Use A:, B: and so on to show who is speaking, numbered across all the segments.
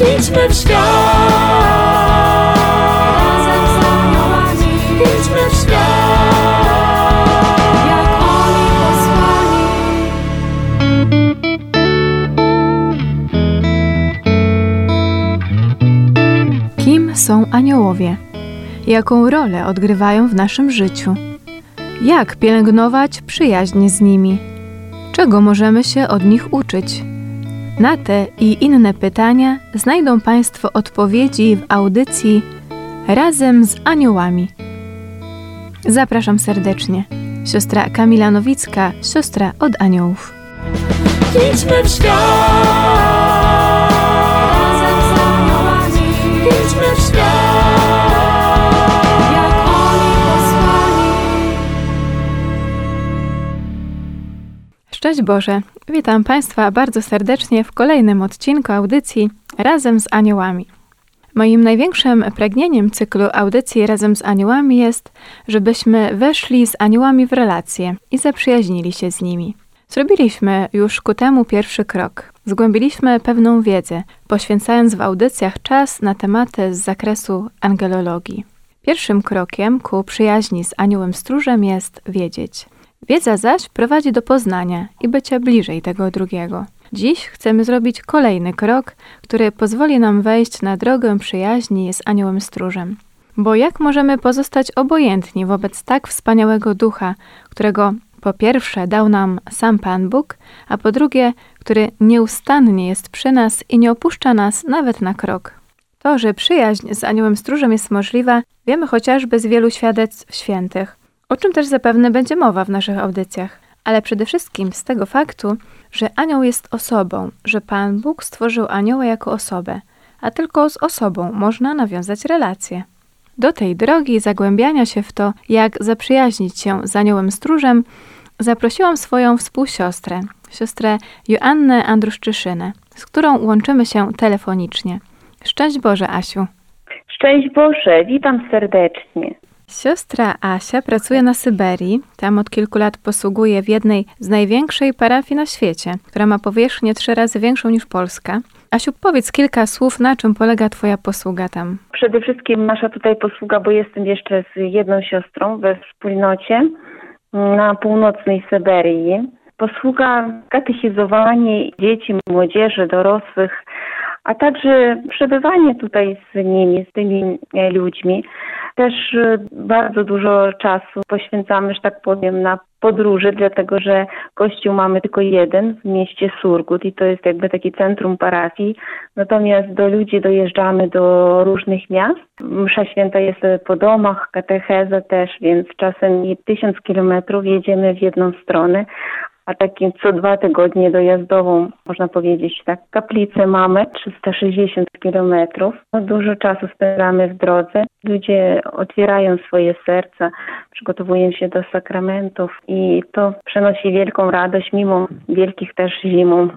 A: Idźmy w świat, razem z aniołami. Idźmy w świat, jak oni posłani.
B: Kim są aniołowie? Jaką rolę odgrywają w naszym życiu? Jak pielęgnować przyjaźń z nimi? Czego możemy się od nich uczyć? Na te i inne pytania znajdą Państwo odpowiedzi w audycji Razem z Aniołami. Zapraszam serdecznie. Siostra Kamila Nowicka, siostra od aniołów.
A: Idźmy w świat, razem z aniołami. Idźmy w świat, jak oni posłani.
B: Szczęść Boże! Witam Państwa bardzo serdecznie w kolejnym odcinku audycji Razem z Aniołami. Moim największym pragnieniem cyklu audycji Razem z Aniołami jest, żebyśmy weszli z aniołami w relacje i zaprzyjaźnili się z nimi. Zrobiliśmy już ku temu pierwszy krok. Zgłębiliśmy pewną wiedzę, poświęcając w audycjach czas na tematy z zakresu angelologii. Pierwszym krokiem ku przyjaźni z aniołem stróżem jest wiedzieć. Wiedza zaś prowadzi do poznania i bycia bliżej tego drugiego. Dziś chcemy zrobić kolejny krok, który pozwoli nam wejść na drogę przyjaźni z aniołem stróżem. Bo jak możemy pozostać obojętni wobec tak wspaniałego ducha, którego po pierwsze dał nam sam Pan Bóg, a po drugie, który nieustannie jest przy nas i nie opuszcza nas nawet na krok. To, że przyjaźń z aniołem stróżem jest możliwa, wiemy chociażby z wielu świadectw świętych, o czym też zapewne będzie mowa w naszych audycjach, ale przede wszystkim z tego faktu, że anioł jest osobą, że Pan Bóg stworzył anioła jako osobę, a tylko z osobą można nawiązać relacje. Do tej drogi zagłębiania się w to, jak zaprzyjaźnić się z aniołem stróżem, zaprosiłam swoją współsiostrę, siostrę Joannę Andruszczyszynę, z którą łączymy się telefonicznie. Szczęść Boże, Asiu.
C: Szczęść Boże, witam serdecznie.
B: Siostra Asia pracuje na Syberii. Tam od kilku lat posługuje w jednej z największej parafii na świecie, która ma powierzchnię 3 razy większą niż Polska. Asiu, powiedz kilka słów, na czym polega Twoja posługa tam.
C: Przede wszystkim nasza tutaj posługa, bo jestem jeszcze z jedną siostrą we wspólnocie na północnej Syberii. Posługa katechizowanie dzieci, młodzieży, dorosłych, a także przebywanie tutaj z nimi, z tymi ludźmi. Też bardzo dużo czasu poświęcamy, że tak powiem, na podróże, dlatego że kościół mamy tylko jeden w mieście Surgut i to jest jakby taki centrum parafii. Natomiast do ludzi dojeżdżamy do różnych miast. Msza święta jest po domach, katecheza też, więc czasem 1000 kilometrów jedziemy w jedną stronę. A takim co 2 tygodnie dojazdową, można powiedzieć tak, kaplicę mamy, 360 kilometrów. Dużo czasu spędzamy w drodze. Ludzie otwierają swoje serca, przygotowują się do sakramentów i to przynosi wielką radość, mimo wielkich też zimą,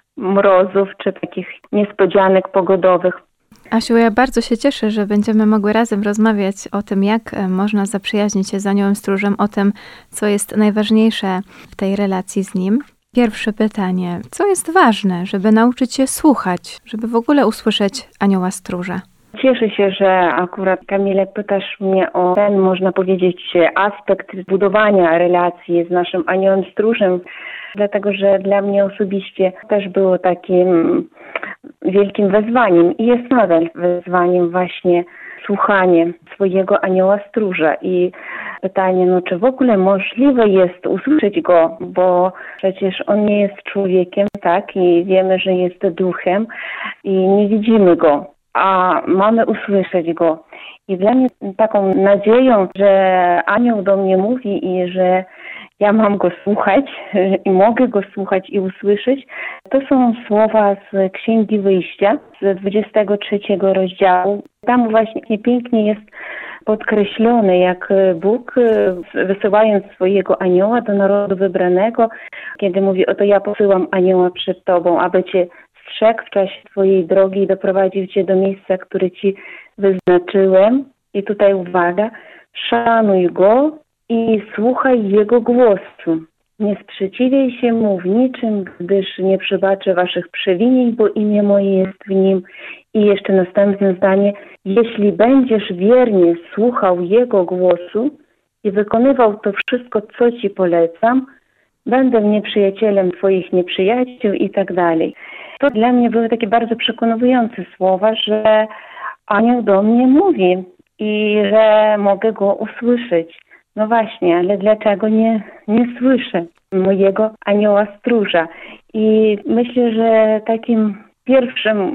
C: mrozów czy takich niespodzianek pogodowych.
B: Asiu, ja bardzo się cieszę, że będziemy mogły razem rozmawiać o tym, jak można zaprzyjaźnić się z aniołem stróżem, o tym, co jest najważniejsze w tej relacji z nim. Pierwsze pytanie. Co jest ważne, żeby nauczyć się słuchać, żeby w ogóle usłyszeć anioła stróża?
C: Cieszę się, że akurat, Kamile, pytasz mnie o ten, można powiedzieć, aspekt budowania relacji z naszym aniołem stróżem, dlatego że dla mnie osobiście też było takim wielkim wezwaniem i jest nadal wezwaniem właśnie słuchanie swojego anioła stróża i pytanie, czy w ogóle możliwe jest usłyszeć go, bo przecież on nie jest człowiekiem, tak, i wiemy, że jest duchem i nie widzimy go, a mamy usłyszeć go. I dla mnie taką nadzieją, że anioł do mnie mówi i że ja mam go słuchać i mogę go słuchać i usłyszeć, to są słowa z Księgi Wyjścia, z 23 rozdziału. Tam właśnie pięknie jest podkreślone, jak Bóg, wysyłając swojego anioła do narodu wybranego, kiedy mówi, oto ja posyłam anioła przed Tobą, aby Cię strzegł w czasie Twojej drogi i doprowadził Cię do miejsca, które Ci wyznaczyłem. I tutaj uwaga, szanuj Go i słuchaj Jego głosu. Nie sprzeciwiaj się Mu w niczym, gdyż nie przebaczę Waszych przewinień, bo imię moje jest w Nim I jeszcze następne zdanie. Jeśli będziesz wiernie słuchał Jego głosu i wykonywał to wszystko, co Ci polecam, będę nieprzyjacielem Twoich nieprzyjaciół i tak dalej. To dla mnie były takie bardzo przekonujące słowa, że anioł do mnie mówi i że mogę go usłyszeć. No właśnie, ale dlaczego nie słyszę mojego anioła stróża? I myślę, że takim pierwszym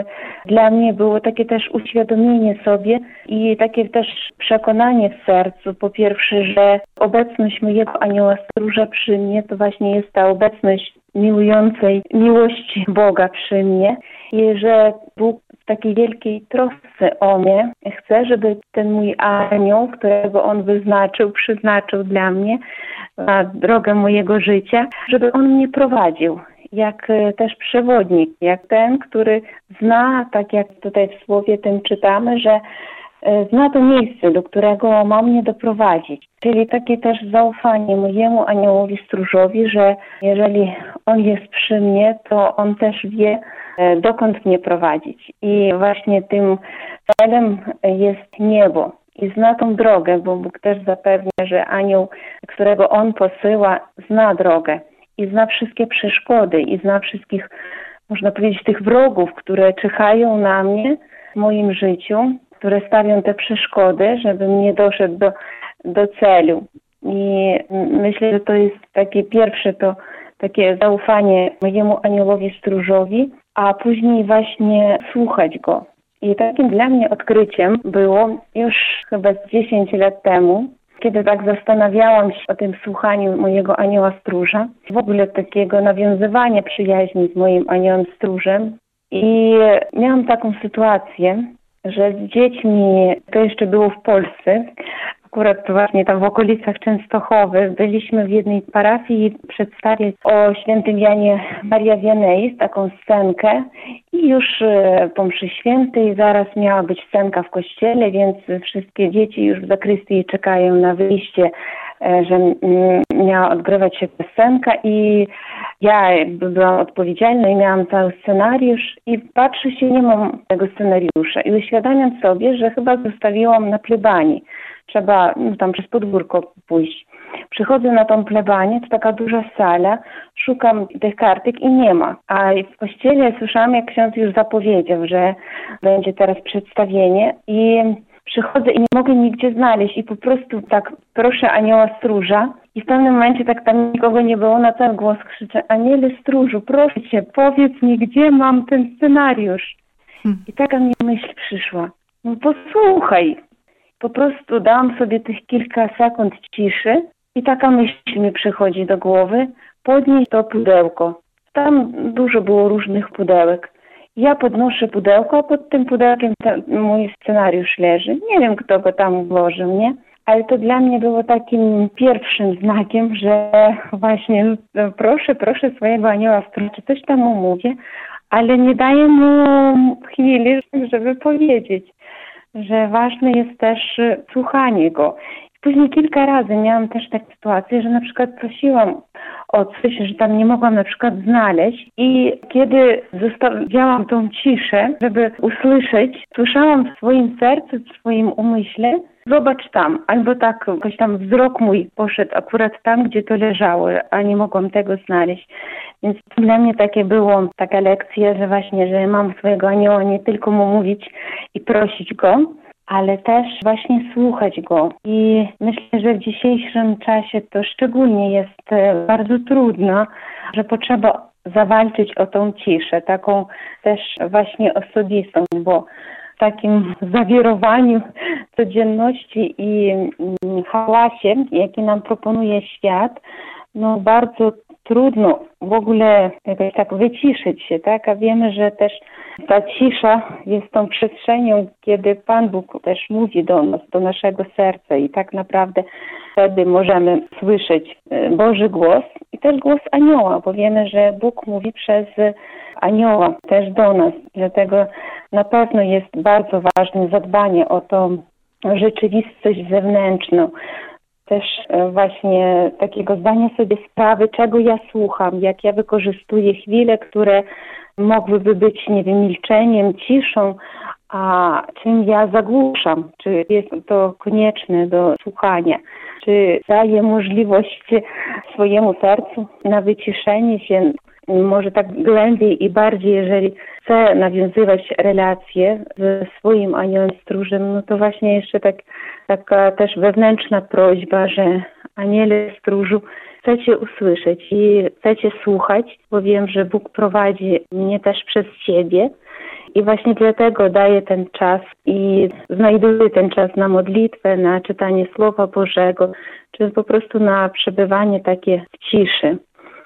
C: dla mnie było takie też uświadomienie sobie i takie też przekonanie w sercu, po pierwsze, że obecność mojego anioła stróża przy mnie to właśnie jest ta obecność miłującej miłości Boga przy mnie i że Bóg w takiej wielkiej trosce o mnie chce, żeby ten mój anioł, którego On przyznaczył dla mnie na drogę mojego życia, żeby on mnie prowadził. Jak też przewodnik, jak ten, który zna, tak jak tutaj w słowie tym czytamy, że zna to miejsce, do którego ma mnie doprowadzić. Czyli takie też zaufanie mojemu aniołowi stróżowi, że jeżeli on jest przy mnie, to on też wie, dokąd mnie prowadzić. I właśnie tym celem jest niebo. I zna tą drogę, bo Bóg też zapewnia, że anioł, którego on posyła, zna drogę. I zna wszystkie przeszkody i zna wszystkich, można powiedzieć, tych wrogów, które czyhają na mnie w moim życiu, które stawią te przeszkody, żebym nie doszedł do celu. I myślę, że to jest takie pierwsze, to takie zaufanie mojemu aniołowi stróżowi, a później właśnie słuchać go. I takim dla mnie odkryciem było już chyba 10 lat temu, kiedy tak zastanawiałam się o tym słuchaniu mojego anioła stróża, w ogóle takiego nawiązywania przyjaźni z moim aniołem stróżem. I miałam taką sytuację, że z dziećmi, to jeszcze było w Polsce, akurat właśnie tam w okolicach Częstochowy, byliśmy w jednej parafii przedstawiać o świętym Janie Maria Vianney taką scenkę i już po mszy świętej zaraz miała być scenka w kościele, więc wszystkie dzieci już w zakrystii czekają na wyjście, że miała odgrywać się ta scenka i ja byłam odpowiedzialna i miałam cały scenariusz i patrzę się, nie mam tego scenariusza i uświadamiam sobie, że chyba zostawiłam na plebanii. Trzeba tam przez podwórko pójść. Przychodzę na tą plebanię, to taka duża sala, szukam tych kartek i nie ma. A w kościele słyszałam, jak ksiądz już zapowiedział, że będzie teraz przedstawienie i przychodzę i nie mogę nigdzie znaleźć i po prostu tak proszę anioła stróża i w pewnym momencie tak tam nikogo nie było, na cały głos krzyczę: Aniele stróżu, proszę cię, powiedz mi, gdzie mam ten scenariusz. I taka mi myśl przyszła: no posłuchaj. Po prostu dałam sobie tych kilka sekund ciszy i taka myśl mi przychodzi do głowy: podnieś to pudełko. Tam dużo było różnych pudełek. Ja podnoszę pudełko, a pod tym pudełkiem mój scenariusz leży. Nie wiem, kto go tam włożył, nie? Ale to dla mnie było takim pierwszym znakiem, że właśnie proszę swojego anioła stróży, coś tam mu mówię, ale nie daję mu chwili, żeby powiedzieć, że ważne jest też słuchanie go. Później kilka razy miałam też taką sytuację, że na przykład prosiłam o coś, że tam nie mogłam na przykład znaleźć i kiedy zostawiałam tą ciszę, żeby usłyszeć, słyszałam w swoim sercu, w swoim umyśle: zobacz tam, albo tak jakoś tam wzrok mój poszedł akurat tam, gdzie to leżało, a nie mogłam tego znaleźć. Więc dla mnie takie było taka lekcja, że właśnie, że mam swojego anioła nie tylko mu mówić i prosić go, ale też właśnie słuchać go. I myślę, że w dzisiejszym czasie to szczególnie jest bardzo trudno, że potrzeba zawalczyć o tą ciszę, taką też właśnie osobistą, bo w takim zawirowaniu codzienności i hałasie, jaki nam proponuje świat, no bardzo trudno w ogóle jakoś tak wyciszyć się, tak? A wiemy, że też ta cisza jest tą przestrzenią, kiedy Pan Bóg też mówi do nas, do naszego serca i tak naprawdę wtedy możemy słyszeć Boży głos i też głos anioła, bo wiemy, że Bóg mówi przez anioła też do nas. Dlatego na pewno jest bardzo ważne zadbanie o tą rzeczywistość zewnętrzną. Też właśnie takiego zdania sobie sprawy, czego ja słucham, jak ja wykorzystuję chwile, które mogłyby być, nie wiem, milczeniem, ciszą, a czym ja zagłuszam, czy jest to konieczne do słuchania, czy daję możliwość swojemu sercu na wyciszenie się, może tak głębiej i bardziej, jeżeli chcę nawiązywać relacje ze swoim aniołem stróżem, no to właśnie jeszcze taka też wewnętrzna prośba, że aniele stróżu, chcecie usłyszeć i chcecie słuchać, bo wiem, że Bóg prowadzi mnie też przez Ciebie. I właśnie dlatego daję ten czas i znajduję ten czas na modlitwę, na czytanie Słowa Bożego, czy po prostu na przebywanie takie w ciszy.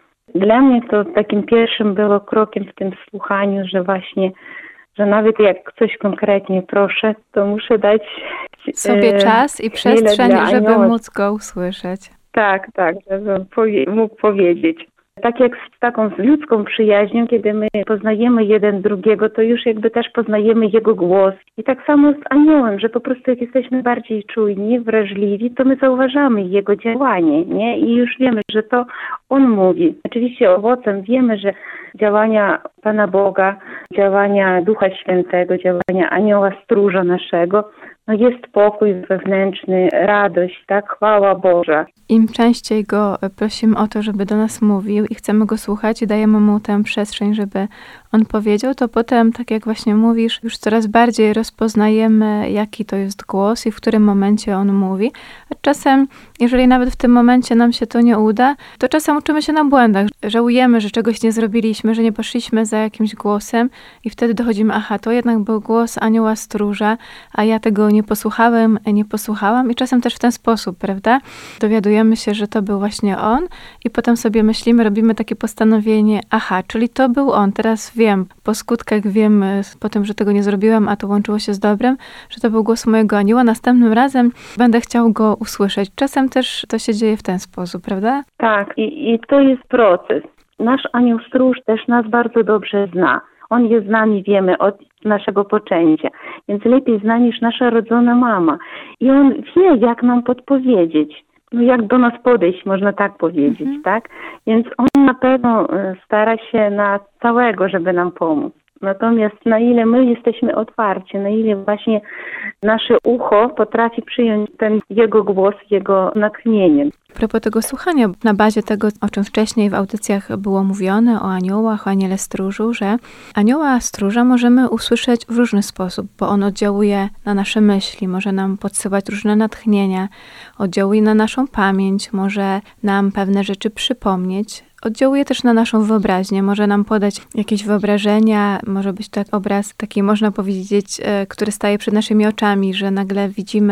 C: Dla mnie to takim pierwszym było krokiem w tym słuchaniu, że właśnie, że nawet jak coś konkretnie proszę, to muszę dać
B: sobie czas i przestrzeń, żeby móc go usłyszeć.
C: Tak, żeby mógł powiedzieć. Tak jak z taką ludzką przyjaźnią, kiedy my poznajemy jeden drugiego, to już jakby też poznajemy jego głos. I tak samo z aniołem, że po prostu jak jesteśmy bardziej czujni, wrażliwi, to my zauważamy jego działanie, nie? I już wiemy, że to on mówi. Oczywiście owocem wiemy, że działania Pana Boga, działania Ducha Świętego, działania anioła stróża naszego, no jest pokój wewnętrzny, radość, tak? Chwała Boża.
B: Im częściej go prosimy o to, żeby do nas mówił i chcemy go słuchać i dajemy mu tę przestrzeń, żeby on powiedział, to potem, tak jak właśnie mówisz, już coraz bardziej rozpoznajemy, jaki to jest głos i w którym momencie on mówi. A czasem, jeżeli nawet w tym momencie nam się to nie uda, to czasem uczymy się na błędach. Żałujemy, że czegoś nie zrobiliśmy, że nie poszliśmy za jakimś głosem i wtedy dochodzimy, aha, to jednak był głos anioła stróża, a ja tego nie posłuchałam i czasem też w ten sposób, prawda? Dowiadujemy się, że to był właśnie on i potem sobie myślimy, robimy takie postanowienie, aha, czyli to był on, teraz wiem, po skutkach wiem, po tym, że tego nie zrobiłam, a to łączyło się z dobrem, że to był głos mojego anioła, następnym razem będę chciał go usłyszeć. Czasem też to się dzieje w ten sposób, prawda?
C: Tak, i to jest proces. Nasz anioł stróż też nas bardzo dobrze zna. On jest z nami, wiemy, od naszego poczęcia, więc lepiej zna niż nasza rodzona mama. I on wie, jak nam podpowiedzieć, no jak do nas podejść, można tak powiedzieć, tak? Więc on na pewno stara się na całego, żeby nam pomóc. Natomiast na ile my jesteśmy otwarci, na ile właśnie nasze ucho potrafi przyjąć ten jego głos, jego natchnienie.
B: A propos tego słuchania, na bazie tego, o czym wcześniej w audycjach było mówione, o aniołach, o aniele stróżu, że anioła stróża możemy usłyszeć w różny sposób, bo on oddziałuje na nasze myśli, może nam podsyłać różne natchnienia, oddziałuje na naszą pamięć, może nam pewne rzeczy przypomnieć. Oddziałuje też na naszą wyobraźnię, może nam podać jakieś wyobrażenia, może być to obraz taki, można powiedzieć, który staje przed naszymi oczami, że nagle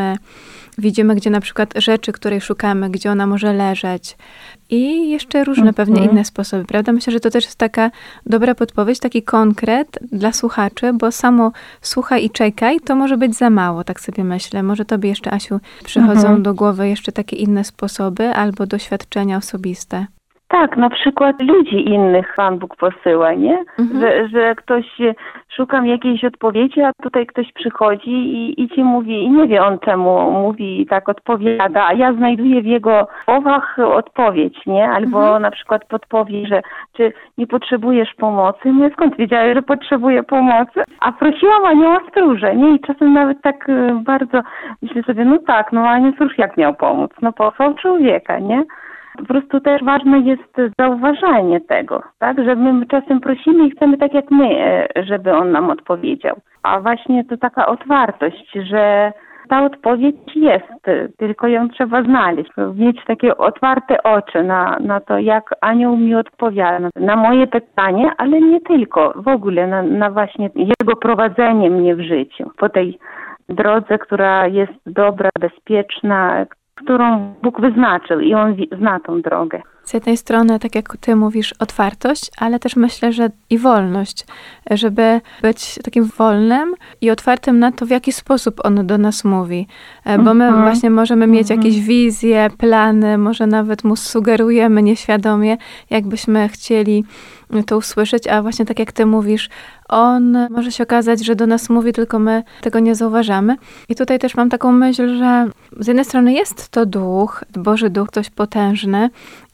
B: widzimy, gdzie na przykład rzeczy, której szukamy, gdzie ona może leżeć. I jeszcze różne pewnie inne sposoby, prawda? Myślę, że to też jest taka dobra podpowiedź, taki konkret dla słuchaczy, bo samo słuchaj i czekaj, to może być za mało, tak sobie myślę. Może tobie jeszcze, Asiu, przychodzą do głowy jeszcze takie inne sposoby albo doświadczenia osobiste.
C: Tak, na przykład ludzi innych Pan Bóg posyła, nie? Że ktoś, szukam jakiejś odpowiedzi, a tutaj ktoś przychodzi i ci mówi, i nie wie on czemu mówi i tak odpowiada, a ja znajduję w jego słowach odpowiedź, nie? Albo na przykład podpowie, że czy nie potrzebujesz pomocy? No skąd wiedziałeś, że potrzebuję pomocy? A prosiłam anioła stróża, nie? I czasem nawet tak bardzo myślę sobie, no tak, no anioł stróż jak miał pomóc? No posłał człowieka, nie? Po prostu też ważne jest zauważanie tego, tak, że my czasem prosimy i chcemy tak jak my, żeby on nam odpowiedział. A właśnie to taka otwartość, że ta odpowiedź jest, tylko ją trzeba znaleźć, mieć takie otwarte oczy na to, jak anioł mi odpowiada na moje pytanie, ale nie tylko, w ogóle na właśnie jego prowadzenie mnie w życiu, po tej drodze, która jest dobra, bezpieczna, którą Bóg wyznaczył i On zna tą drogę.
B: Z jednej strony, tak jak ty mówisz, otwartość, ale też myślę, że i wolność, żeby być takim wolnym i otwartym na to, w jaki sposób on do nas mówi. Bo my właśnie możemy mieć jakieś wizje, plany, może nawet mu sugerujemy nieświadomie, jakbyśmy chcieli to usłyszeć, a właśnie tak jak ty mówisz, on może się okazać, że do nas mówi, tylko my tego nie zauważamy. I tutaj też mam taką myśl, że z jednej strony jest to duch, Boży Duch, ktoś potężny,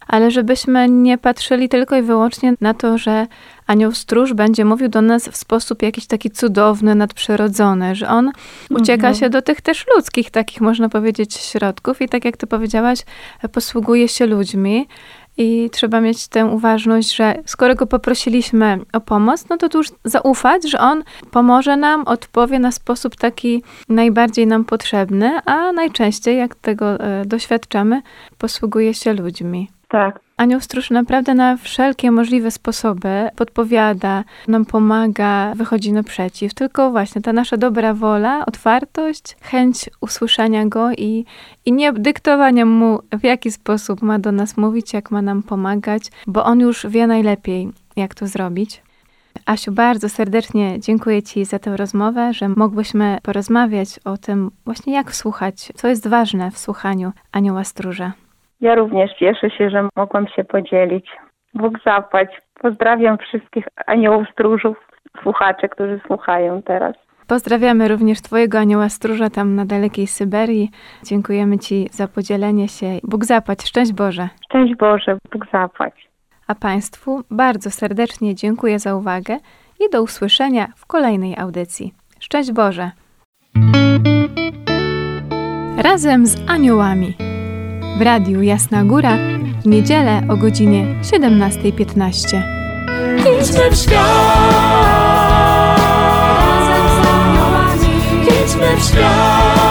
B: ale żebyśmy nie patrzyli tylko i wyłącznie na to, że anioł stróż będzie mówił do nas w sposób jakiś taki cudowny, nadprzyrodzony, że on ucieka się do tych też ludzkich, takich można powiedzieć, środków i tak jak ty powiedziałaś, posługuje się ludźmi. I trzeba mieć tę uważność, że skoro go poprosiliśmy o pomoc, no to już zaufać, że on pomoże nam, odpowie na sposób taki najbardziej nam potrzebny, a najczęściej, jak tego doświadczamy, posługuje się ludźmi.
C: Tak.
B: Anioł stróż naprawdę na wszelkie możliwe sposoby podpowiada, nam pomaga, wychodzi naprzeciw. Tylko właśnie ta nasza dobra wola, otwartość, chęć usłyszenia go i nie dyktowania mu, w jaki sposób ma do nas mówić, jak ma nam pomagać, bo on już wie najlepiej, jak to zrobić. Asiu, bardzo serdecznie dziękuję ci za tę rozmowę, że mogłyśmy porozmawiać o tym właśnie, jak słuchać, co jest ważne w słuchaniu anioła stróża.
C: Ja również cieszę się, że mogłam się podzielić. Bóg zapłać. Pozdrawiam wszystkich aniołów stróżów, słuchaczy, którzy słuchają teraz.
B: Pozdrawiamy również twojego anioła stróża tam na dalekiej Syberii. Dziękujemy ci za podzielenie się. Bóg zapłać. Szczęść Boże.
C: Szczęść Boże. Bóg zapłać.
B: A państwu bardzo serdecznie dziękuję za uwagę i do usłyszenia w kolejnej audycji. Szczęść Boże. Razem z aniołami. W Radiu Jasna Góra w niedzielę o godzinie 17:15.
A: Idźmy w świat, razem z aniołami. Idźmy w świat.